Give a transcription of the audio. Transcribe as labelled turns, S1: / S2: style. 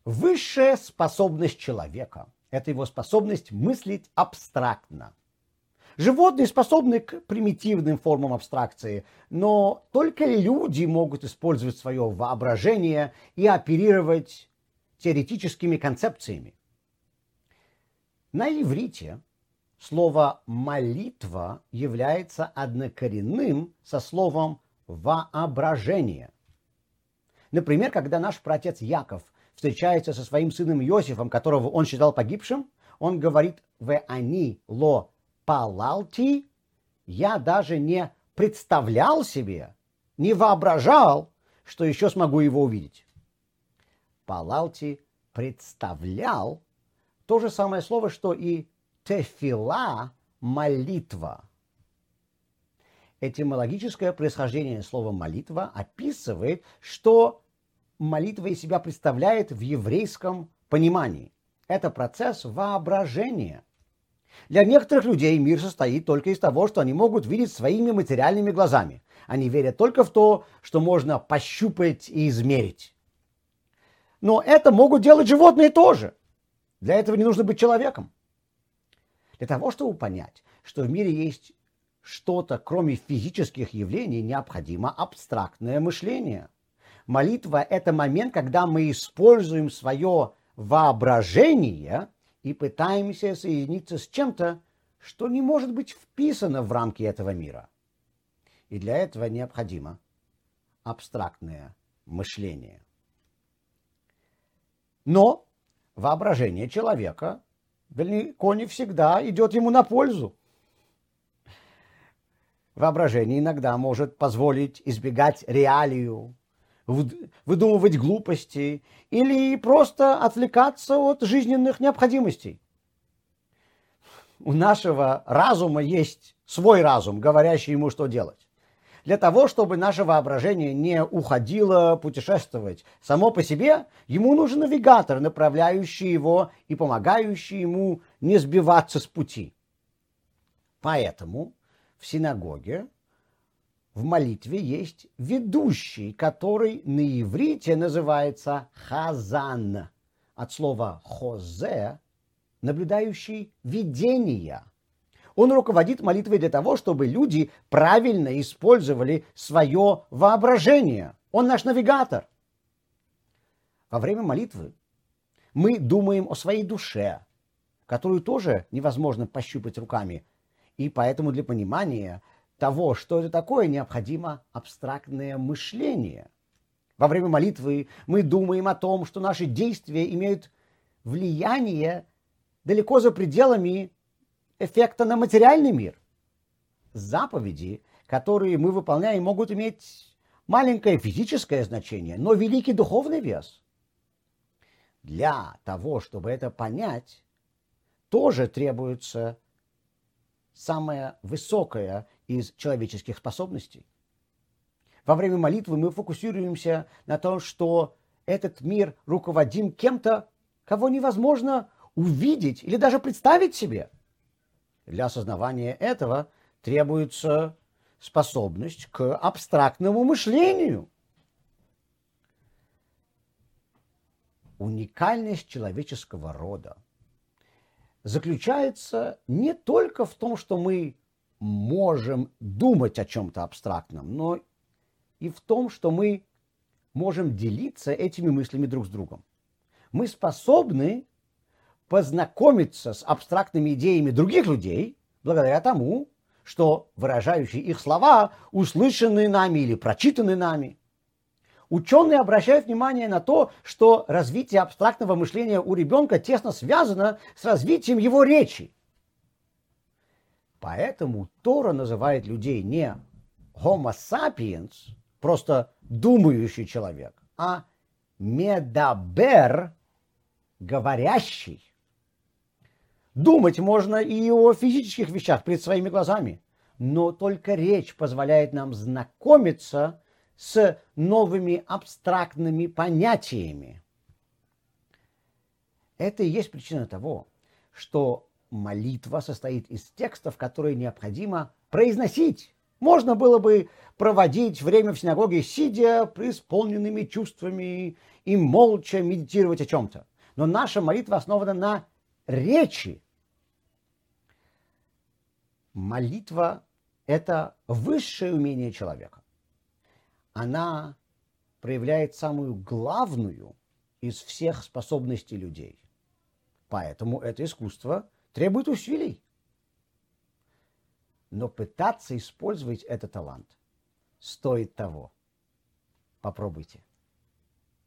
S1: Высшая способность человека – это его способность мыслить абстрактно. Животные способны к примитивным формам абстракции, но только люди могут использовать свое воображение и оперировать теоретическими концепциями. На иврите слово «молитва» является однокоренным со словом «воображение». Например, когда наш праотец Яков встречается со своим сыном Иосифом, которого он считал погибшим, он говорит «ве ани ло палалти», я даже не представлял себе, не воображал, что еще смогу его увидеть. Палалти – представлял, то же самое слово, что и тефила – молитва. Этимологическое происхождение слова «молитва» описывает, что молитва из себя представляет в еврейском понимании. Это процесс воображения. Для некоторых людей мир состоит только из того, что они могут видеть своими материальными глазами. Они верят только в то, что можно пощупать и измерить. Но это могут делать животные тоже. Для этого не нужно быть человеком. Для того, чтобы понять, что в мире есть что-то, кроме физических явлений, необходимо абстрактное мышление. Молитва – это момент, когда мы используем свое воображение и пытаемся соединиться с чем-то, что не может быть вписано в рамки этого мира. И для этого необходимо абстрактное мышление. Но воображение человека далеко не всегда идет ему на пользу. Воображение иногда может позволить избегать реалию, выдумывать глупости или просто отвлекаться от жизненных необходимостей. У нашего разума есть свой разум, говорящий ему, что делать. Для того, чтобы наше воображение не уходило путешествовать само по себе, ему нужен навигатор, направляющий его и помогающий ему не сбиваться с пути. Поэтому в синагоге в молитве есть ведущий, который на иврите называется хазан, от слова хозе, наблюдающий видения. Он руководит молитвой для того, чтобы люди правильно использовали свое воображение. Он наш навигатор. Во время молитвы мы думаем о своей душе, которую тоже невозможно пощупать руками. И поэтому для понимания того, что это такое, необходимо абстрактное мышление. Во время молитвы мы думаем о том, что наши действия имеют влияние далеко за пределами эффекта на материальный мир. Заповеди, которые мы выполняем, могут иметь маленькое физическое значение, но великий духовный вес. Для того, чтобы это понять, тоже требуется самая высокая из человеческих способностей. Во время молитвы мы фокусируемся на том, что этот мир руководим кем-то, кого невозможно увидеть или даже представить себе. Для осознавания этого требуется способность к абстрактному мышлению. Уникальность человеческого рода заключается не только в том, что мы можем думать о чем-то абстрактном, но и в том, что мы можем делиться этими мыслями друг с другом. Мы способны познакомиться с абстрактными идеями других людей благодаря тому, что выражающие их слова услышаны нами или прочитаны нами. Ученые обращают внимание на то, что развитие абстрактного мышления у ребенка тесно связано с развитием его речи. Поэтому Тора называет людей не Homo sapiens, просто думающий человек, а медабер, говорящий. Думать можно и о физических вещах перед своими глазами, но только речь позволяет нам знакомиться с новыми абстрактными понятиями. Это и есть причина того, что молитва состоит из текстов, которые необходимо произносить, Можно было бы проводить время в синагоге, сидя преисполненными чувствами и молча медитировать о чем-то. Но наша молитва основана на речи. Молитва – это высшее умение человека. Она проявляет самую главную из всех способностей людей. Поэтому это искусство требует усилий. Но пытаться использовать этот талант стоит того. Попробуйте.